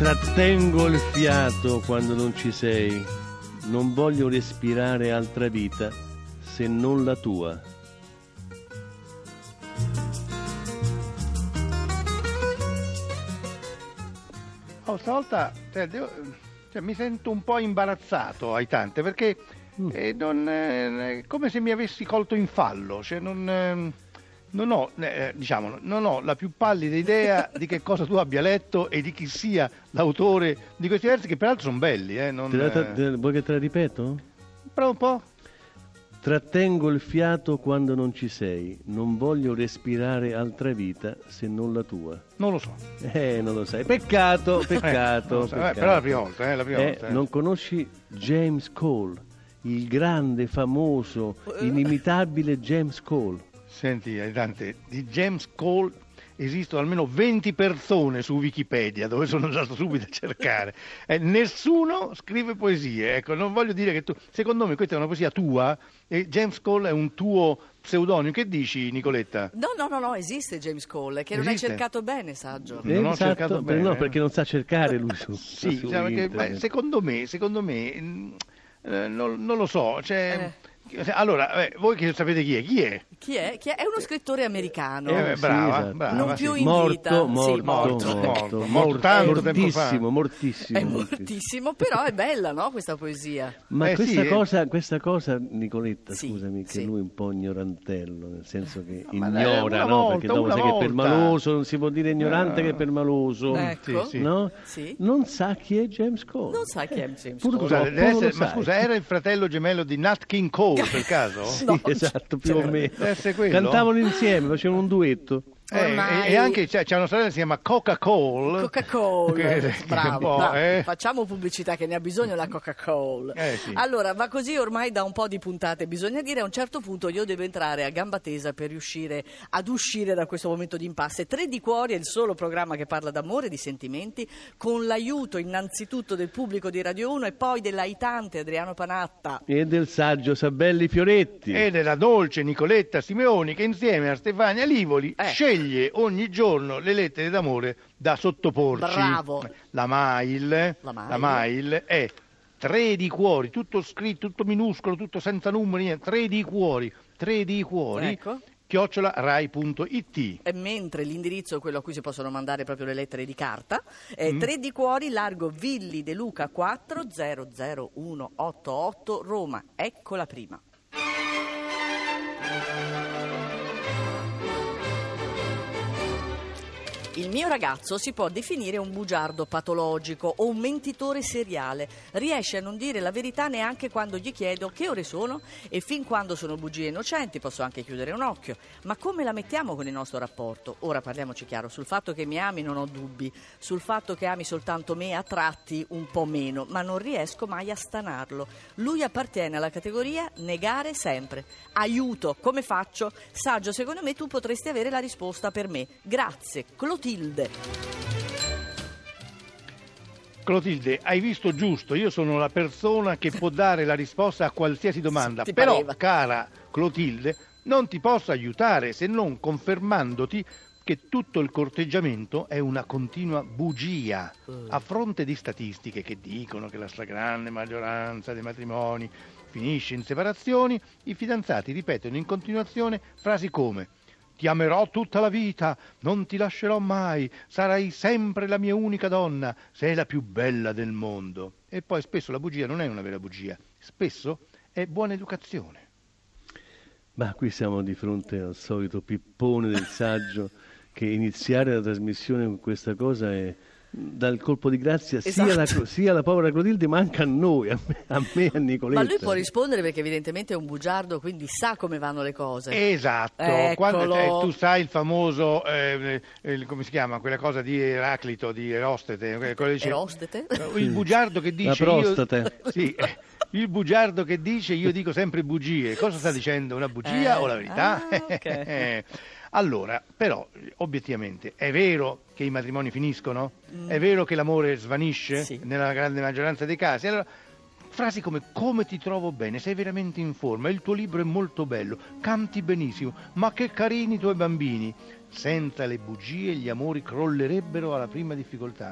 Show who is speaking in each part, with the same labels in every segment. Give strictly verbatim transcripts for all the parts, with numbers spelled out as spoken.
Speaker 1: Trattengo il fiato quando non ci sei, non voglio respirare altra vita se non la tua.
Speaker 2: Oh, stavolta cioè, devo, cioè, mi sento un po' imbarazzato ai tante perché mm. eh, non, eh, come se mi avessi colto in fallo, cioè non, eh, non ho, eh, diciamo, non ho la più pallida idea di che cosa tu abbia letto e di chi sia l'autore di questi versi, che peraltro sono belli. Eh, non,
Speaker 1: te la, te,
Speaker 2: eh...
Speaker 1: Vuoi che te la ripeto?
Speaker 2: Prova un po'.
Speaker 1: Trattengo il fiato quando non ci sei, non voglio respirare altra vita se non la tua.
Speaker 2: Non lo so.
Speaker 1: Eh, non lo sai. Peccato, peccato.
Speaker 2: Eh, so.
Speaker 1: peccato.
Speaker 2: Eh, però è la prima volta, eh, la prima
Speaker 1: eh,
Speaker 2: volta. Eh.
Speaker 1: Non conosci James Cole, il grande, famoso, inimitabile James Cole.
Speaker 2: Senti, Dante, di James Cole esistono almeno venti persone su Wikipedia, dove sono andato subito a cercare. Eh, nessuno scrive poesie, ecco, non voglio dire che tu... Secondo me questa è una poesia tua e James Cole è un tuo pseudonimo. Che dici, Nicoletta?
Speaker 3: No, no, no, no, esiste James Cole, che non
Speaker 2: esiste?
Speaker 3: hai cercato bene, Saggio.
Speaker 1: Eh,
Speaker 2: non ho
Speaker 1: esatto,
Speaker 2: cercato
Speaker 1: per,
Speaker 2: bene.
Speaker 1: No, perché non sa cercare lui su,
Speaker 2: sì,
Speaker 1: su
Speaker 2: cioè, perché, beh,
Speaker 1: internet.
Speaker 2: secondo me, secondo me, eh, non, non lo so, cioè...
Speaker 3: Eh.
Speaker 2: Allora, eh, voi che sapete chi è? Chi è?
Speaker 3: Chi è? Chi è? È uno scrittore americano.
Speaker 2: Eh, brava,
Speaker 1: sì, esatto.
Speaker 2: brava,
Speaker 3: non
Speaker 2: sì.
Speaker 3: più in
Speaker 1: morto,
Speaker 3: vita.
Speaker 1: morto,
Speaker 3: sì,
Speaker 1: morto,
Speaker 3: morto.
Speaker 1: morto,
Speaker 2: morto,
Speaker 1: morto,
Speaker 2: tanto tempo
Speaker 1: mortissimo,
Speaker 2: fa.
Speaker 1: mortissimo,
Speaker 3: È
Speaker 1: mortissimo.
Speaker 3: mortissimo, però è bella, no, questa poesia?
Speaker 1: Ma
Speaker 2: Eh,
Speaker 1: questa,
Speaker 2: sì,
Speaker 1: cosa, eh. questa cosa, Nicoletta,
Speaker 3: Sì,
Speaker 1: scusami, che
Speaker 3: sì.
Speaker 1: lui è un po' ignorantello, nel senso che
Speaker 2: Ma dai,
Speaker 1: ignora,
Speaker 2: una
Speaker 1: no?
Speaker 2: volta,
Speaker 1: Perché dopo
Speaker 2: una
Speaker 1: sai che è
Speaker 2: volta.
Speaker 1: permaloso, non si può dire ignorante
Speaker 2: Eh.
Speaker 1: che è permaloso,
Speaker 3: Ecco.
Speaker 2: Sì, sì.
Speaker 1: no?
Speaker 3: Sì.
Speaker 1: Non sa chi è James Cole.
Speaker 3: Non sai chi è James
Speaker 1: Pur-
Speaker 3: Cole?
Speaker 2: Scusate,
Speaker 1: Purtroppo
Speaker 2: deve
Speaker 1: non lo
Speaker 2: essere- ma
Speaker 1: sai.
Speaker 2: scusa, era il fratello gemello di Nat King Cole per caso?
Speaker 1: Sì,
Speaker 3: No,
Speaker 1: esatto, più
Speaker 2: cioè,
Speaker 1: o meno.
Speaker 2: deve essere quello?
Speaker 1: Cantavano insieme, facevano un duetto.
Speaker 2: Eh,
Speaker 3: Ormai-
Speaker 2: e, e anche c'è, c'è una sorella che si chiama Coca-Cola.
Speaker 3: Coca-Cola,
Speaker 2: Che- che
Speaker 3: bravo,
Speaker 2: un po',
Speaker 3: bravo.
Speaker 2: eh.
Speaker 3: Facciamo pubblicità che ne ha bisogno la Coca-Cola.
Speaker 2: Eh, sì.
Speaker 3: Allora, va così ormai da un po' di puntate, bisogna dire a un certo punto io devo entrare a gamba tesa per riuscire ad uscire da questo momento di impasse. Tre di Cuori è il solo programma che parla d'amore e di sentimenti, con l'aiuto innanzitutto del pubblico di Radio uno e poi dell'aitante Adriano Panatta.
Speaker 1: E del saggio Sabelli Fioretti.
Speaker 2: E della dolce Nicoletta Simeoni, che insieme a Stefania Livoli
Speaker 3: Eh.
Speaker 2: sceglie ogni giorno le lettere d'amore da sottoporci.
Speaker 3: Bravo.
Speaker 2: La mail,
Speaker 3: La mail.
Speaker 2: la mail è tre di cuori, tutto scritto, tutto minuscolo, tutto senza numeri, niente, tre di cuori, tre di cuori,
Speaker 3: Ecco.
Speaker 2: chiocciola rai punto it.
Speaker 3: E mentre l'indirizzo, quello a cui si possono mandare proprio le lettere di carta, è
Speaker 2: Mm.
Speaker 3: tre di Cuori, largo Villi De Luca quattro zero zero uno otto otto, Roma. Ecco la prima. Il mio ragazzo si può definire un bugiardo patologico o un mentitore seriale. Riesce a non dire la verità neanche quando gli chiedo che ore sono e fin quando sono bugie innocenti posso anche chiudere un occhio. Ma come la mettiamo con il nostro rapporto? Ora parliamoci chiaro, sul fatto che mi ami non ho dubbi, sul fatto che ami soltanto me a tratti un po' meno, ma non riesco mai a stanarlo. Lui appartiene alla categoria negare sempre. Aiuto, come faccio? Saggio, secondo me tu potresti avere la risposta per me. Grazie, Clotilde.
Speaker 2: Clotilde, hai visto giusto, io sono la persona che può dare la risposta a qualsiasi domanda,
Speaker 3: Ti
Speaker 2: però
Speaker 3: pareva.
Speaker 2: cara Clotilde, non ti posso aiutare se non confermandoti che tutto il corteggiamento è una continua bugia, a fronte di statistiche che dicono che la stragrande maggioranza dei matrimoni finisce in separazioni. I fidanzati ripetono in continuazione frasi come: ti amerò tutta la vita, non ti lascerò mai, sarai sempre la mia unica donna, sei la più bella del mondo. E poi spesso la bugia non è una vera bugia, spesso è buona educazione.
Speaker 1: Ma qui siamo di fronte al solito pippone del saggio, che iniziare la trasmissione con questa cosa è dal colpo di grazia sia,
Speaker 3: Esatto.
Speaker 1: la, sia la povera Clotilde, ma anche a noi, a me, a me e a Nicoletta.
Speaker 3: Ma lui può rispondere perché evidentemente è un bugiardo, quindi sa come vanno le cose.
Speaker 2: Esatto,
Speaker 3: Eccolo.
Speaker 2: quando, eh, tu sai il famoso, eh, eh, come si chiama, quella cosa di Eraclito, di Erostete, quello che dice-
Speaker 3: Erostete?
Speaker 2: il bugiardo che dice...
Speaker 1: La prostata.
Speaker 2: Io, sì, eh, il bugiardo che dice io dico sempre bugie. Cosa sta dicendo, una bugia
Speaker 3: Eh,
Speaker 2: o la verità?
Speaker 3: ah, ok.
Speaker 2: Allora, però, obiettivamente, è vero che i matrimoni finiscono?
Speaker 3: Mm.
Speaker 2: È vero che l'amore svanisce
Speaker 3: Sì.
Speaker 2: nella grande maggioranza dei casi? Allora, frasi come come ti trovo bene, sei veramente in forma, il tuo libro è molto bello, canti benissimo, ma che carini i tuoi bambini. Senza le bugie gli amori crollerebbero alla prima difficoltà.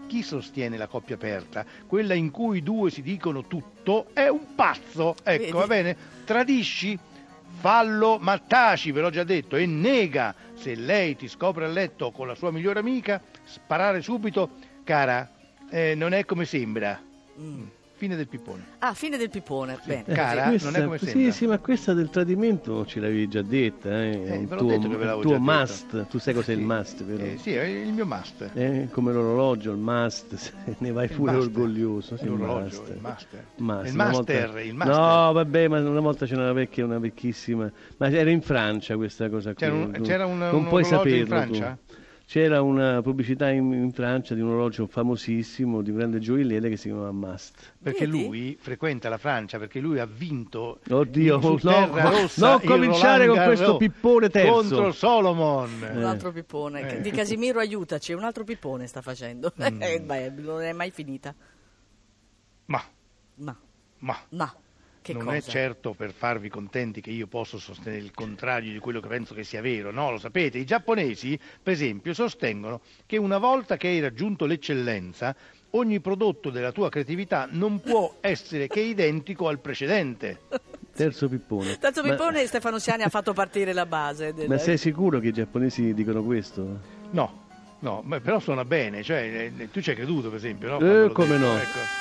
Speaker 2: chi sostiene la coppia aperta, quella in cui i due si dicono tutto, è un pazzo. Ecco,
Speaker 3: Vedi?
Speaker 2: va bene? Tradisci? Fallo, ma taci, ve l'ho già detto, e nega. Se lei ti scopre a letto con la sua migliore amica, sparare subito, cara, eh, non è come sembra.
Speaker 3: Mm.
Speaker 2: Fine del pippone.
Speaker 3: Ah, fine del pippone. Bene.
Speaker 2: Cara,
Speaker 1: Questa-
Speaker 2: non è come
Speaker 1: sì,
Speaker 2: sembra.
Speaker 1: sì, ma questa del tradimento ce l'avevi già detta, eh? È
Speaker 2: Eh,
Speaker 1: un
Speaker 2: ve l'ho
Speaker 1: tuo,
Speaker 2: detto che ve l'avevo
Speaker 1: il tuo
Speaker 2: già detto.
Speaker 1: must, tu sai cos'è il
Speaker 2: Sì.
Speaker 1: must, vero?
Speaker 2: Eh, sì, è il mio must.
Speaker 1: Eh, come l'orologio, il must, se ne vai
Speaker 2: Il
Speaker 1: pure
Speaker 2: master.
Speaker 1: orgoglioso. Sì,
Speaker 2: L'orologio,
Speaker 1: must.
Speaker 2: il master.
Speaker 1: Must,
Speaker 2: Il
Speaker 1: una
Speaker 2: master,
Speaker 1: volta-
Speaker 2: il master.
Speaker 1: No, vabbè, ma una volta c'era una vecchia, una vecchissima, ma era in Francia questa cosa qui.
Speaker 2: C'era un-
Speaker 1: non-
Speaker 2: c'era un-
Speaker 1: non
Speaker 2: un
Speaker 1: puoi
Speaker 2: orologio in
Speaker 1: saperlo tu.
Speaker 2: Francia?
Speaker 1: C'era una pubblicità in, in Francia di un orologio famosissimo, di grande gioielliere, che si chiamava Must.
Speaker 2: Perché
Speaker 3: Vedi?
Speaker 2: lui frequenta la Francia, perché lui ha vinto
Speaker 1: Oddio,
Speaker 2: su
Speaker 1: no,
Speaker 2: terra
Speaker 1: no,
Speaker 2: rossa
Speaker 1: non
Speaker 2: il
Speaker 1: cominciare
Speaker 2: Roland
Speaker 1: con questo
Speaker 2: Garros
Speaker 1: pippone terzo.
Speaker 2: contro Solomon.
Speaker 3: Un altro pippone.
Speaker 2: Eh.
Speaker 3: Di Casimiro aiutaci, un altro pippone sta facendo.
Speaker 2: Mm.
Speaker 3: Eh, beh, non è mai finita.
Speaker 2: Ma,
Speaker 3: Ma,
Speaker 2: ma,
Speaker 3: ma, che
Speaker 2: non
Speaker 3: cosa?
Speaker 2: è certo per farvi contenti che io posso sostenere il contrario di quello che penso che sia vero, no? Lo sapete, i giapponesi, per esempio, sostengono che una volta che hai raggiunto l'eccellenza, ogni prodotto della tua creatività non può essere che identico al precedente.
Speaker 1: Terzo pippone.
Speaker 3: Terzo
Speaker 1: Ma-
Speaker 3: pippone, Stefano Siani ha fatto partire la base. Del...
Speaker 1: Ma sei sicuro che i giapponesi dicono questo?
Speaker 2: No, no, ma però suona bene, cioè eh, tu ci hai creduto, per esempio, no?
Speaker 1: Eh,
Speaker 2: Quando l'ho
Speaker 1: come
Speaker 2: detto,
Speaker 1: no.
Speaker 2: ecco.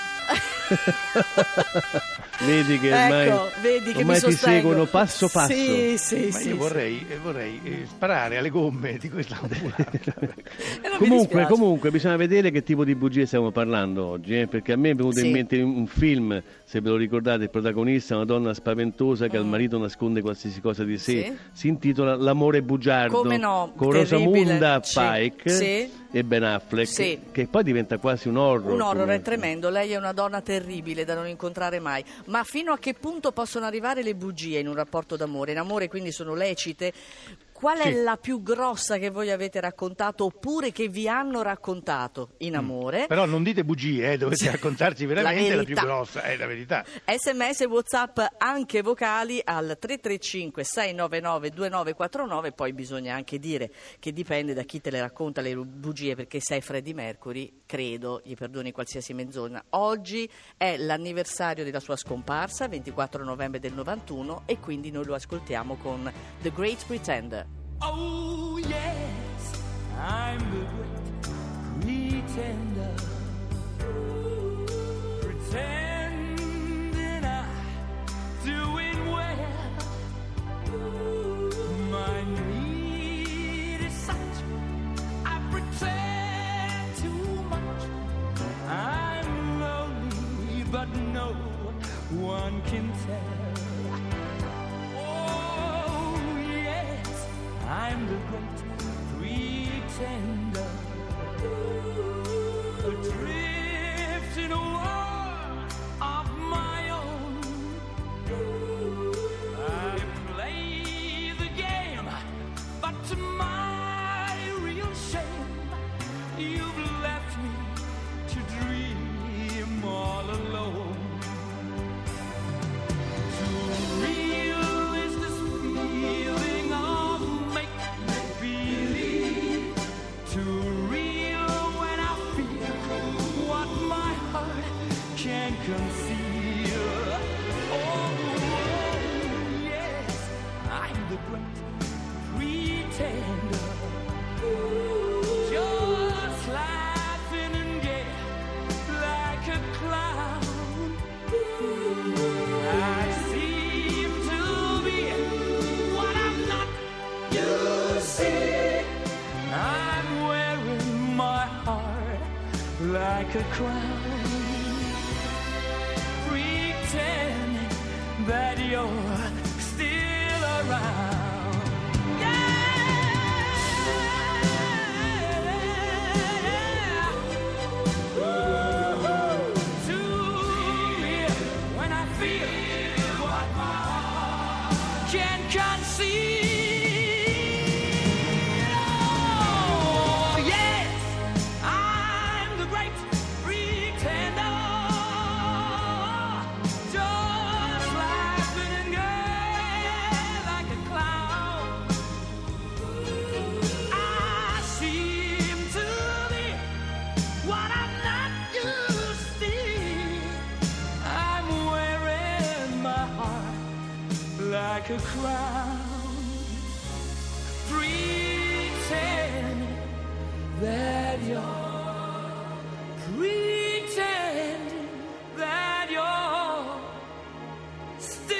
Speaker 1: Vedi che ormai,
Speaker 3: Ecco, vedi che
Speaker 1: ormai
Speaker 3: mi
Speaker 1: ti
Speaker 3: sostengo.
Speaker 1: seguono passo passo.
Speaker 3: Sì, sì,
Speaker 2: Ma
Speaker 3: sì.
Speaker 2: io
Speaker 3: sì.
Speaker 2: vorrei, eh, vorrei eh, sparare alle gomme di questa ambulante.
Speaker 3: E non mi
Speaker 1: Comunque,
Speaker 3: dispiace.
Speaker 1: comunque bisogna vedere che tipo di bugie stiamo parlando oggi, eh, perché a me è venuto
Speaker 3: Sì.
Speaker 1: in mente un un film, se ve lo ricordate, il protagonista è una donna spaventosa che al marito nasconde qualsiasi cosa di sé,
Speaker 3: Sì.
Speaker 1: si intitola L'amore bugiardo,
Speaker 3: Come no,
Speaker 1: con
Speaker 3: terribile.
Speaker 1: Rosamunda
Speaker 3: Sì.
Speaker 1: Pike
Speaker 3: Sì.
Speaker 1: e Ben Affleck,
Speaker 3: Sì.
Speaker 1: che poi diventa quasi un horror.
Speaker 3: Un horror è
Speaker 1: comunque.
Speaker 3: tremendo, lei è una donna terribile da non incontrare mai. Ma fino a che punto possono arrivare le bugie in un rapporto d'amore? In amore quindi sono lecite. Qual è
Speaker 2: Sì.
Speaker 3: la più grossa che voi avete raccontato oppure che vi hanno raccontato in amore?
Speaker 2: Però non dite bugie, eh, dovete raccontarci veramente la, più
Speaker 3: verità.
Speaker 2: grossa, è la verità.
Speaker 3: Sms e WhatsApp anche vocali al tre tre cinque sei nove nove due nove quattro nove. Poi bisogna anche dire che dipende da chi te le racconta le bugie, perché se è Freddie Mercury, credo, gli perdoni qualsiasi menzogna. Oggi è l'anniversario della sua scomparsa, ventiquattro novembre del novantuno, e quindi noi lo ascoltiamo con The Great Pretender.
Speaker 4: Oh yes, I'm the great pretender, pretending I'm doing well. My need is such, I pretend too much. I'm lonely, but no one can tell. Oh yes, I'm the great pretender, adrift in a world of my own. I play the game, but to my real shame, you've left me to dream all alone. Too real is this feeling of make-believe. Too real when I feel what my heart can conceal. Oh, yes, I'm the great pretender. Just laughing and gay like a clown. I seem to be what I'm not. You see, I'm wearing my heart like a crown, pretending that you're still around. Can conceive. Oh, yes, I'm the great pretender. Just laughing and gay like a clown. like a crown, pretend that you're, pretend that you're still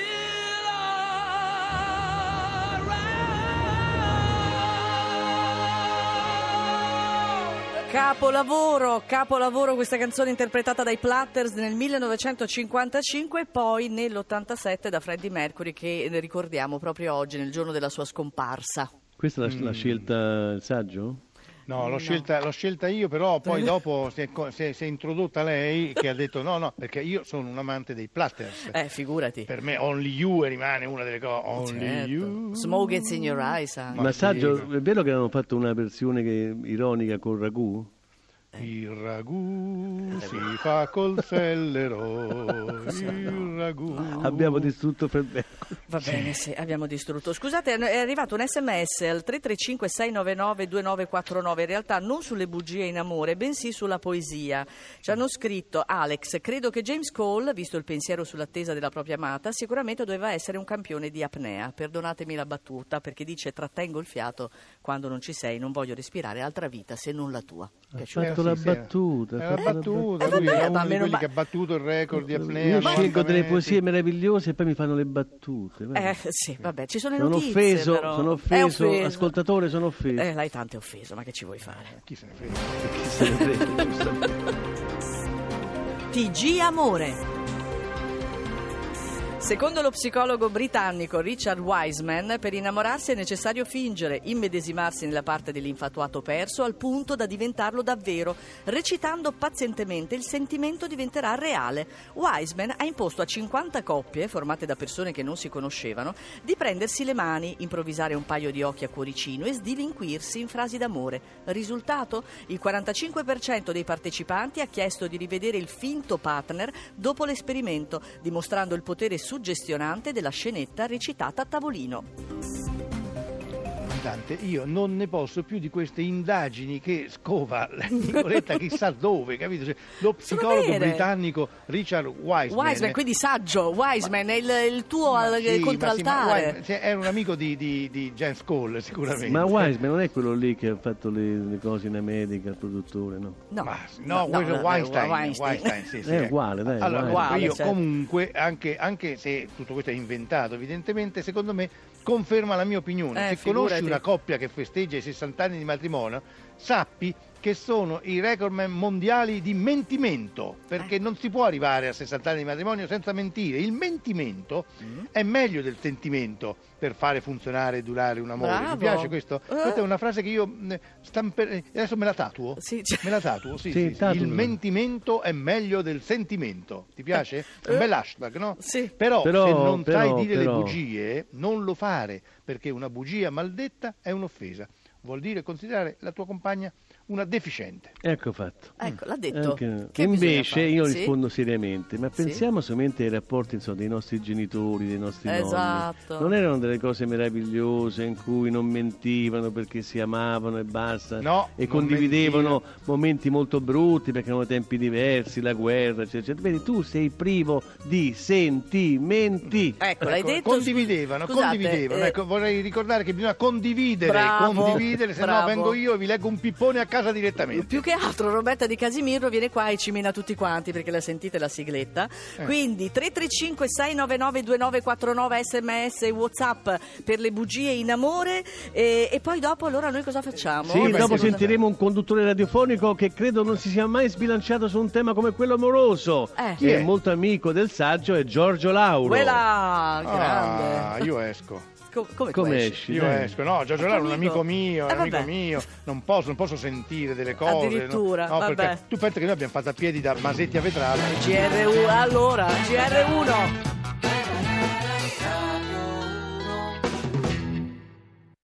Speaker 4: around.
Speaker 3: Capolavoro, capolavoro questa canzone interpretata dai Platters nel millenovecentocinquantacinque e poi nell'ottantasette da Freddie Mercury, che ricordiamo proprio oggi nel giorno della sua scomparsa.
Speaker 1: Questa è la, la scelta, il saggio?
Speaker 2: No, l'ho, Scelta, l'ho scelta io, però poi dopo si è, si, è, si è introdotta lei che ha detto no, no, perché io sono un amante dei Platters.
Speaker 3: Eh, figurati.
Speaker 2: Per me Only You rimane una delle cose. Only
Speaker 3: Certo.
Speaker 2: You.
Speaker 3: Smoke Gets in Your Eyes anche.
Speaker 1: Ma
Speaker 2: sì.
Speaker 1: saggio, è vero che hanno fatto una versione che, ironica col ragù?
Speaker 2: Il ragù si fa col sellero, il ragù.
Speaker 1: Abbiamo distrutto Ferberco.
Speaker 3: Va bene, sì, abbiamo distrutto. Scusate, è arrivato un sms al tre tre cinque sei nove nove due nove quattro nove, in realtà non sulle bugie in amore, bensì sulla poesia. Ci hanno scritto: Alex, credo che James Cole, visto il pensiero sull'attesa della propria amata, sicuramente doveva essere un campione di apnea. Perdonatemi la battuta, perché dice: trattengo il fiato quando non ci sei, non voglio respirare altra vita se non la tua.
Speaker 1: Ha
Speaker 3: Piaciuto?
Speaker 1: fatto la
Speaker 2: sì,
Speaker 1: battuta.
Speaker 2: È
Speaker 1: ha
Speaker 2: una
Speaker 1: fatto la
Speaker 2: battuta,
Speaker 3: Eh,
Speaker 2: lui
Speaker 3: vabbè,
Speaker 2: è
Speaker 3: ma
Speaker 2: uno di
Speaker 3: meno
Speaker 2: quelli
Speaker 3: ma-
Speaker 2: che ha battuto il record di apnea.
Speaker 1: Io scelgo
Speaker 2: novanta
Speaker 1: delle
Speaker 2: metri.
Speaker 1: poesie meravigliose e poi mi fanno le battute. vai.
Speaker 3: Eh sì, vabbè, ci sono le
Speaker 1: sono
Speaker 3: notizie,
Speaker 1: offeso,
Speaker 3: però.
Speaker 1: sono
Speaker 3: È
Speaker 1: offeso,
Speaker 3: offeso.
Speaker 1: ascoltatore, sono offeso.
Speaker 3: Eh, l'hai tanto offeso, ma che ci vuoi fare?
Speaker 2: Chi se ne frega?
Speaker 1: Chi se ne frega, giustamente.
Speaker 3: T G Amore. Secondo lo psicologo britannico Richard Wiseman, per innamorarsi è necessario fingere, immedesimarsi nella parte dell'infatuato perso al punto da diventarlo davvero. Recitando pazientemente il sentimento diventerà reale. Wiseman ha imposto a cinquanta coppie, formate da persone che non si conoscevano, di prendersi le mani, improvvisare un paio di occhi a cuoricino e sdilinquirsi in frasi d'amore. Risultato? Il quarantacinque per cento dei partecipanti ha chiesto di rivedere il finto partner dopo l'esperimento, dimostrando il potere suggestionante della scenetta recitata a tavolino.
Speaker 2: Dante, io non ne posso più di queste indagini che scova Nicoletta chissà dove, capito? Cioè, lo psicologo
Speaker 3: vere.
Speaker 2: britannico Richard Wiseman.
Speaker 3: Wiseman, quindi saggio, Wiseman è il, il tuo
Speaker 2: Ma
Speaker 3: al,
Speaker 2: sì, ma
Speaker 3: contraltare.
Speaker 2: sì, ma Wiseman, cioè, era un amico di, di, di James Cole sicuramente.
Speaker 1: Ma Wiseman non è quello lì che ha fatto le, le cose in America, il produttore, no?
Speaker 3: No,
Speaker 2: Ma, no, quello è
Speaker 3: no,
Speaker 2: Weinstein,
Speaker 3: Weinstein.
Speaker 2: Weinstein, sì, sì,
Speaker 1: È
Speaker 2: ecco.
Speaker 1: uguale, dai,
Speaker 2: Allora,
Speaker 1: uguale.
Speaker 2: comunque io
Speaker 3: Certo.
Speaker 2: comunque, anche, anche se tutto questo è inventato, evidentemente, secondo me conferma la mia opinione.
Speaker 3: Eh,
Speaker 2: se
Speaker 3: figurati.
Speaker 2: conosci una coppia che festeggia i sessanta anni di matrimonio, sappi che sono i recordman mondiali di mentimento, perché
Speaker 3: Eh.
Speaker 2: non si può arrivare a sessanta anni di matrimonio senza mentire. Il mentimento
Speaker 3: Mm.
Speaker 2: è meglio del sentimento per fare funzionare e durare un amore.
Speaker 3: Bravo.
Speaker 2: Mi piace questo?
Speaker 3: Eh.
Speaker 2: Questa è una frase che io mh, stamper- eh, adesso me la tatuo.
Speaker 3: Sì, cioè-
Speaker 2: Me la tatuo, sì,
Speaker 1: Sì,
Speaker 2: sì, sì.
Speaker 1: tatualo.
Speaker 2: Il mentimento è meglio del sentimento. Ti piace? È un bel hashtag, no?
Speaker 3: Sì.
Speaker 2: Però,
Speaker 1: Però-
Speaker 2: se non
Speaker 1: però-
Speaker 2: sai dire
Speaker 1: però-
Speaker 2: le bugie, non lo fare, perché una bugia maldetta è un'offesa. Vuol dire considerare la tua compagna una deficiente.
Speaker 1: Ecco fatto.
Speaker 3: Ecco, l'ha detto.
Speaker 1: Anche-
Speaker 3: Che
Speaker 1: invece
Speaker 3: bisogna fare?
Speaker 1: io
Speaker 3: Sì?
Speaker 1: rispondo seriamente, ma
Speaker 3: Sì.
Speaker 1: pensiamo solamente ai rapporti insomma, dei nostri genitori, dei nostri
Speaker 3: Esatto.
Speaker 1: nonni. Non erano delle cose meravigliose in cui non mentivano perché si amavano e basta,
Speaker 2: No,
Speaker 1: e
Speaker 2: non
Speaker 1: condividevano
Speaker 2: mentivano.
Speaker 1: momenti molto brutti perché erano tempi diversi, la guerra, eccetera, eccetera. Vedi, tu sei privo di sentimenti.
Speaker 3: Ecco, l'hai
Speaker 2: Ecco,
Speaker 3: detto.
Speaker 2: condividevano,
Speaker 3: Scusate,
Speaker 2: condividevano.
Speaker 3: eh,
Speaker 2: Ecco, vorrei ricordare che bisogna condividere,
Speaker 3: Bravo,
Speaker 2: condividere, se no
Speaker 3: bravo.
Speaker 2: vengo io e vi leggo un pippone a casa direttamente.
Speaker 3: Più che altro Roberta Di Casimiro viene qua e ci mena tutti quanti perché la sentite la sigletta.
Speaker 2: Eh.
Speaker 3: Quindi tre tre cinque sei nove nove due nove quattro nove sms e WhatsApp per le bugie in amore e, e poi dopo allora noi cosa facciamo?
Speaker 1: Sì,
Speaker 2: beh,
Speaker 1: dopo
Speaker 2: sì,
Speaker 1: sentiremo un conduttore radiofonico che credo non si sia mai sbilanciato su un tema come quello amoroso.
Speaker 3: Eh.
Speaker 2: Chi
Speaker 1: Che
Speaker 2: è?
Speaker 1: è molto amico del saggio, è Giorgio Lauro.
Speaker 3: Quella grande.
Speaker 2: Ah, io esco.
Speaker 3: Co- come tu
Speaker 1: Come
Speaker 3: esci?
Speaker 1: esci?
Speaker 2: Io
Speaker 1: dai?
Speaker 2: esco, no, Giorgio
Speaker 3: È
Speaker 2: Lauro è un
Speaker 3: amico.
Speaker 2: amico mio, è
Speaker 3: Eh,
Speaker 2: un amico
Speaker 3: vabbè.
Speaker 2: mio, non posso, non posso sentire delle cose.
Speaker 3: Addirittura,
Speaker 2: no? No,
Speaker 3: vabbè.
Speaker 2: perché tu pensi che noi abbiamo fatto a piedi da Masetti a Vetralla.
Speaker 3: G R uno allora G R uno